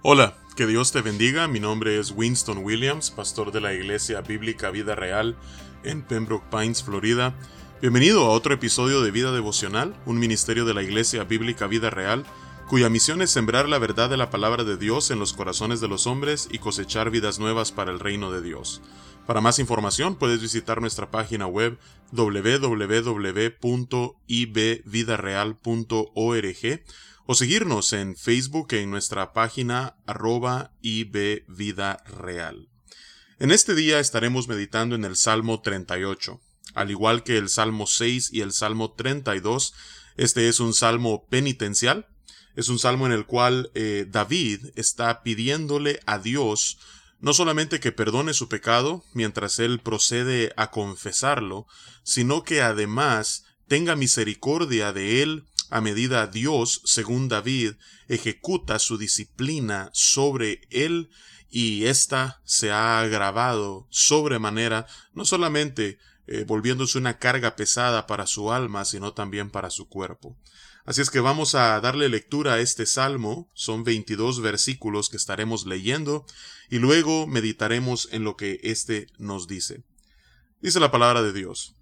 Hola, que Dios te bendiga. Mi nombre es Winston Williams, pastor de la Iglesia Bíblica Vida Real en Pembroke Pines, Florida. Bienvenido a otro episodio de Vida Devocional, un ministerio de la Iglesia Bíblica Vida Real, cuya misión es sembrar la verdad de la palabra de Dios en los corazones de los hombres y cosechar vidas nuevas para el reino de Dios. Para más información puedes visitar nuestra página web www.ibvidareal.org o seguirnos en Facebook en nuestra página @ibvidareal. En este día estaremos meditando en el Salmo 38. Al igual que el Salmo 6 y el Salmo 32, este es un salmo penitencial. Es un salmo en el cual David está pidiéndole a Dios no solamente que perdone su pecado mientras él procede a confesarlo, sino que además tenga misericordia de él a medida Dios, según David, ejecuta su disciplina sobre él y ésta se ha agravado sobremanera, no solamente volviéndose una carga pesada para su alma, sino también para su cuerpo. Así es que vamos a darle lectura a este salmo. Son 22 versículos que estaremos leyendo y luego meditaremos en lo que éste nos dice. Dice la palabra de Dios: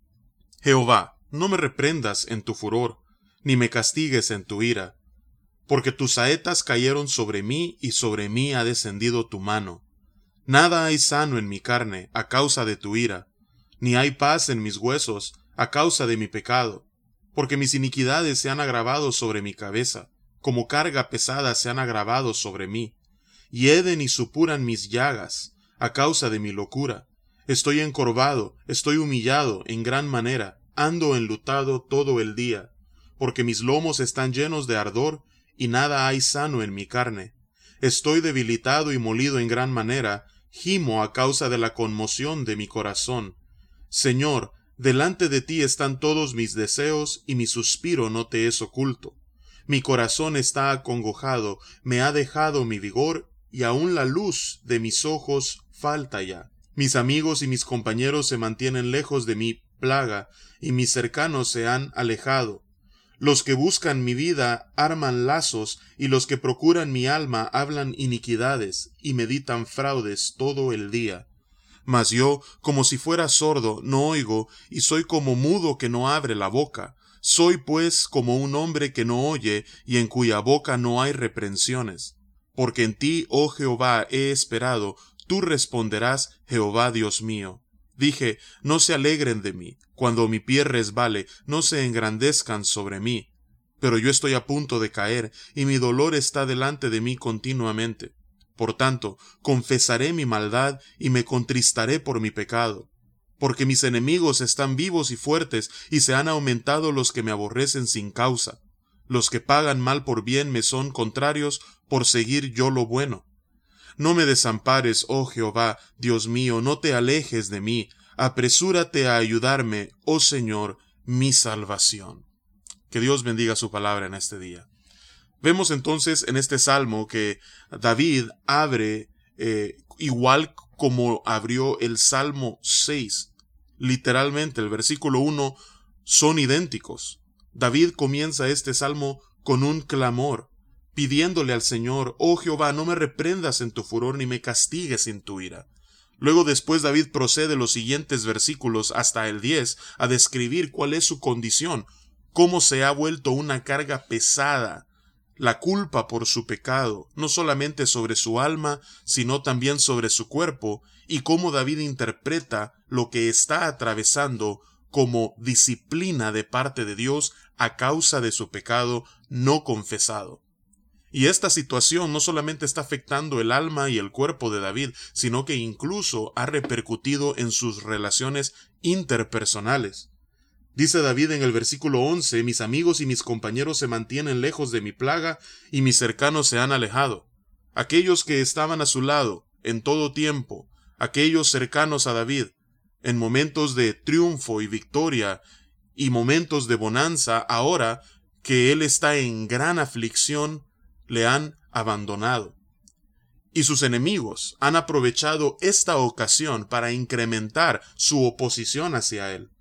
Jehová, no me reprendas en tu furor, ni me castigues en tu ira, porque tus saetas cayeron sobre mí y sobre mí ha descendido tu mano. Nada hay sano en mi carne a causa de tu ira, ni hay paz en mis huesos a causa de mi pecado, porque mis iniquidades se han agravado sobre mi cabeza, como carga pesada se han agravado sobre mí. Hieden y supuran mis llagas a causa de mi locura. Estoy encorvado, estoy humillado en gran manera, ando enlutado todo el día, porque mis lomos están llenos de ardor y nada hay sano en mi carne. Estoy debilitado y molido en gran manera, gimo a causa de la conmoción de mi corazón. Señor, delante de ti están todos mis deseos, y mi suspiro no te es oculto. Mi corazón está acongojado, me ha dejado mi vigor, y aun la luz de mis ojos falta ya. Mis amigos y mis compañeros se mantienen lejos de mi plaga, y mis cercanos se han alejado. Los que buscan mi vida arman lazos, y los que procuran mi alma hablan iniquidades, y meditan fraudes todo el día. Mas yo, como si fuera sordo, no oigo, y soy como mudo que no abre la boca. Soy pues como un hombre que no oye, y en cuya boca no hay reprensiones. Porque en ti, oh Jehová, he esperado, tú responderás, Jehová Dios mío. Dije, no se alegren de mí, cuando mi pie resbale, no se engrandezcan sobre mí. Pero yo estoy a punto de caer, y mi dolor está delante de mí continuamente. Por tanto, confesaré mi maldad y me contristaré por mi pecado. Porque mis enemigos están vivos y fuertes, y se han aumentado los que me aborrecen sin causa. Los que pagan mal por bien me son contrarios por seguir yo lo bueno. No me desampares, oh Jehová, Dios mío, no te alejes de mí. Apresúrate a ayudarme, oh Señor, mi salvación. Que Dios bendiga su palabra en este día. Vemos entonces en este salmo que David abre igual como abrió el Salmo 6. Literalmente el versículo 1 son idénticos. David comienza este salmo con un clamor, pidiéndole al Señor: oh Jehová, no me reprendas en tu furor ni me castigues en tu ira. Luego después David procede los siguientes versículos hasta el 10 a describir cuál es su condición, cómo se ha vuelto una carga pesada, la culpa por su pecado, no solamente sobre su alma, sino también sobre su cuerpo, y cómo David interpreta lo que está atravesando como disciplina de parte de Dios a causa de su pecado no confesado. Y esta situación no solamente está afectando el alma y el cuerpo de David, sino que incluso ha repercutido en sus relaciones interpersonales. Dice David en el versículo 11, mis amigos y mis compañeros se mantienen lejos de mi plaga, y mis cercanos se han alejado. Aquellos que estaban a su lado en todo tiempo, aquellos cercanos a David, en momentos de triunfo y victoria y momentos de bonanza, ahora que él está en gran aflicción, le han abandonado. Y sus enemigos han aprovechado esta ocasión para incrementar su oposición hacia él.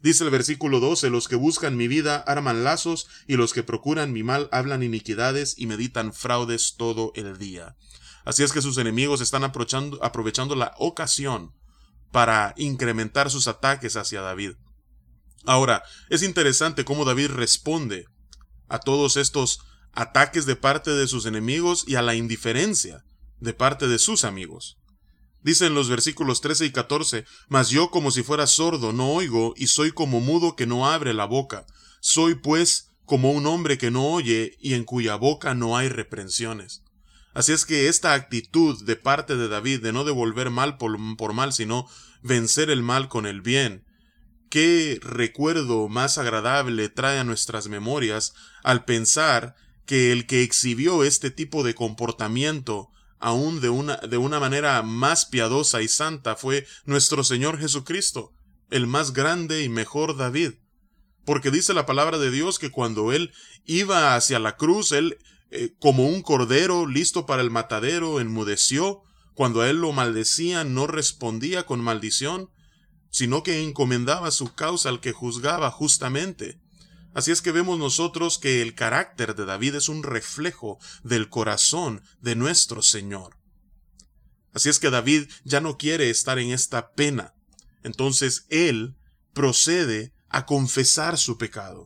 Dice el versículo 12, los que buscan mi vida arman lazos, y los que procuran mi mal hablan iniquidades y meditan fraudes todo el día. Así es que sus enemigos están aprovechando la ocasión para incrementar sus ataques hacia David. Ahora, es interesante cómo David responde a todos estos ataques de parte de sus enemigos y a la indiferencia de parte de sus amigos. Dice en los versículos 13 y 14, mas yo como si fuera sordo no oigo, y soy como mudo que no abre la boca. Soy pues como un hombre que no oye, y en cuya boca no hay reprensiones. Así es que esta actitud de parte de David de no devolver mal por mal, sino vencer el mal con el bien, qué recuerdo más agradable trae a nuestras memorias al pensar que el que exhibió este tipo de comportamiento aún de una manera más piadosa y santa fue nuestro Señor Jesucristo, el más grande y mejor David. Porque dice la palabra de Dios que cuando él iba hacia la cruz, él como un cordero listo para el matadero enmudeció. Cuando a él lo maldecían no respondía con maldición, sino que encomendaba su causa al que juzgaba justamente. Así es que vemos nosotros que el carácter de David es un reflejo del corazón de nuestro Señor. Así es que David ya no quiere estar en esta pena. Entonces él procede a confesar su pecado.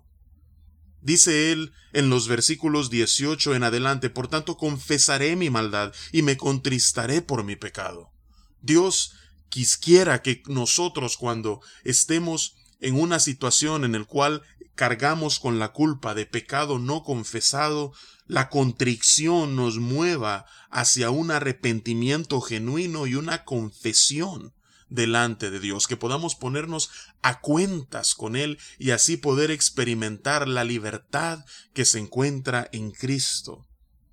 Dice él en los versículos 18 en adelante, por tanto confesaré mi maldad y me contristaré por mi pecado. Dios quisiera que nosotros, cuando estemos en una situación en la cual cargamos con la culpa de pecado no confesado, la contrición nos mueva hacia un arrepentimiento genuino y una confesión delante de Dios, que podamos ponernos a cuentas con Él y así poder experimentar la libertad que se encuentra en Cristo.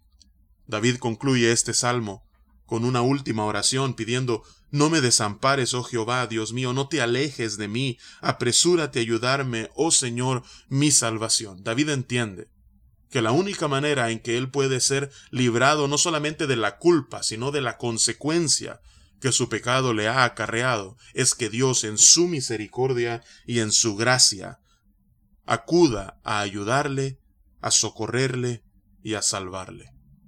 David concluye este salmo con una última oración pidiendo: no me desampares, oh Jehová, Dios mío, no te alejes de mí, apresúrate a ayudarme, oh Señor, mi salvación. David entiende que la única manera en que él puede ser librado no solamente de la culpa, sino de la consecuencia que su pecado le ha acarreado, es que Dios en su misericordia y en su gracia acuda a ayudarle, a socorrerle y a salvarle.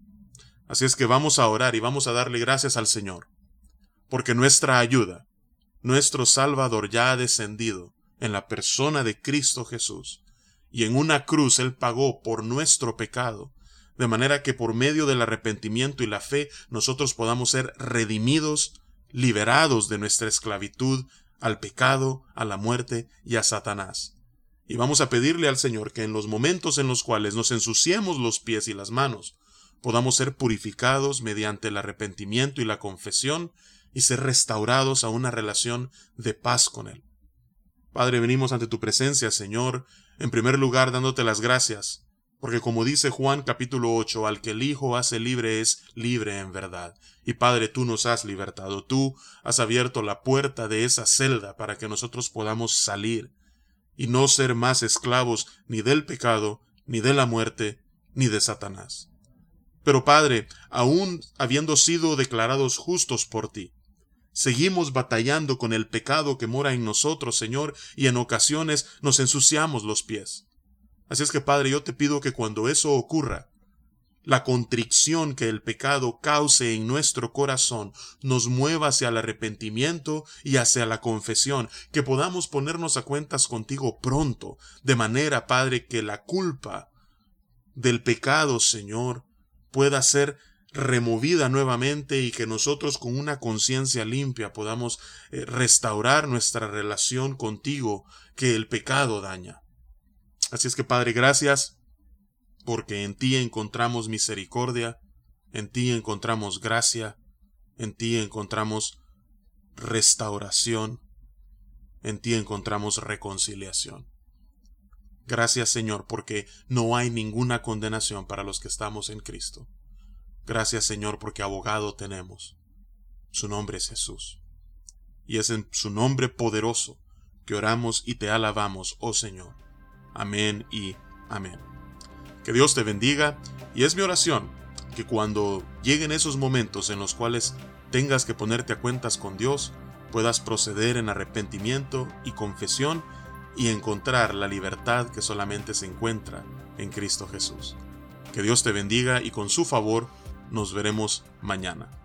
Así es que vamos a orar y vamos a darle gracias al Señor, porque nuestra ayuda, nuestro Salvador ya ha descendido en la persona de Cristo Jesús, y en una cruz Él pagó por nuestro pecado, de manera que por medio del arrepentimiento y la fe nosotros podamos ser redimidos, liberados de nuestra esclavitud al pecado, a la muerte y a Satanás. Y vamos a pedirle al Señor que en los momentos en los cuales nos ensuciemos los pies y las manos, podamos ser purificados mediante el arrepentimiento y la confesión y ser restaurados a una relación de paz con Él. Padre, venimos ante tu presencia, Señor, en primer lugar dándote las gracias, porque como dice Juan capítulo 8, al que el Hijo hace libre es libre en verdad. Y Padre, tú nos has libertado, tú has abierto la puerta de esa celda para que nosotros podamos salir y no ser más esclavos ni del pecado, ni de la muerte, ni de Satanás. Pero Padre, aún habiendo sido declarados justos por ti, seguimos batallando con el pecado que mora en nosotros, Señor, y en ocasiones nos ensuciamos los pies. Así es que, Padre, yo te pido que cuando eso ocurra, la contrición que el pecado cause en nuestro corazón nos mueva hacia el arrepentimiento y hacia la confesión, que podamos ponernos a cuentas contigo pronto, de manera, Padre, que la culpa del pecado, Señor, pueda ser removida nuevamente y que nosotros con una conciencia limpia podamos restaurar nuestra relación contigo que el pecado daña. Así es que, Padre, gracias, porque en ti encontramos misericordia, en ti encontramos gracia, en ti encontramos restauración, en ti encontramos reconciliación. Gracias, Señor, porque no hay ninguna condenación para los que estamos en Cristo. Gracias, Señor, porque abogado tenemos. Su nombre es Jesús. Y es en su nombre poderoso que oramos y te alabamos, oh Señor. Amén y amén. Que Dios te bendiga, y es mi oración que cuando lleguen esos momentos en los cuales tengas que ponerte a cuentas con Dios, puedas proceder en arrepentimiento y confesión y encontrar la libertad que solamente se encuentra en Cristo Jesús. Que Dios te bendiga y con su favor nos veremos mañana.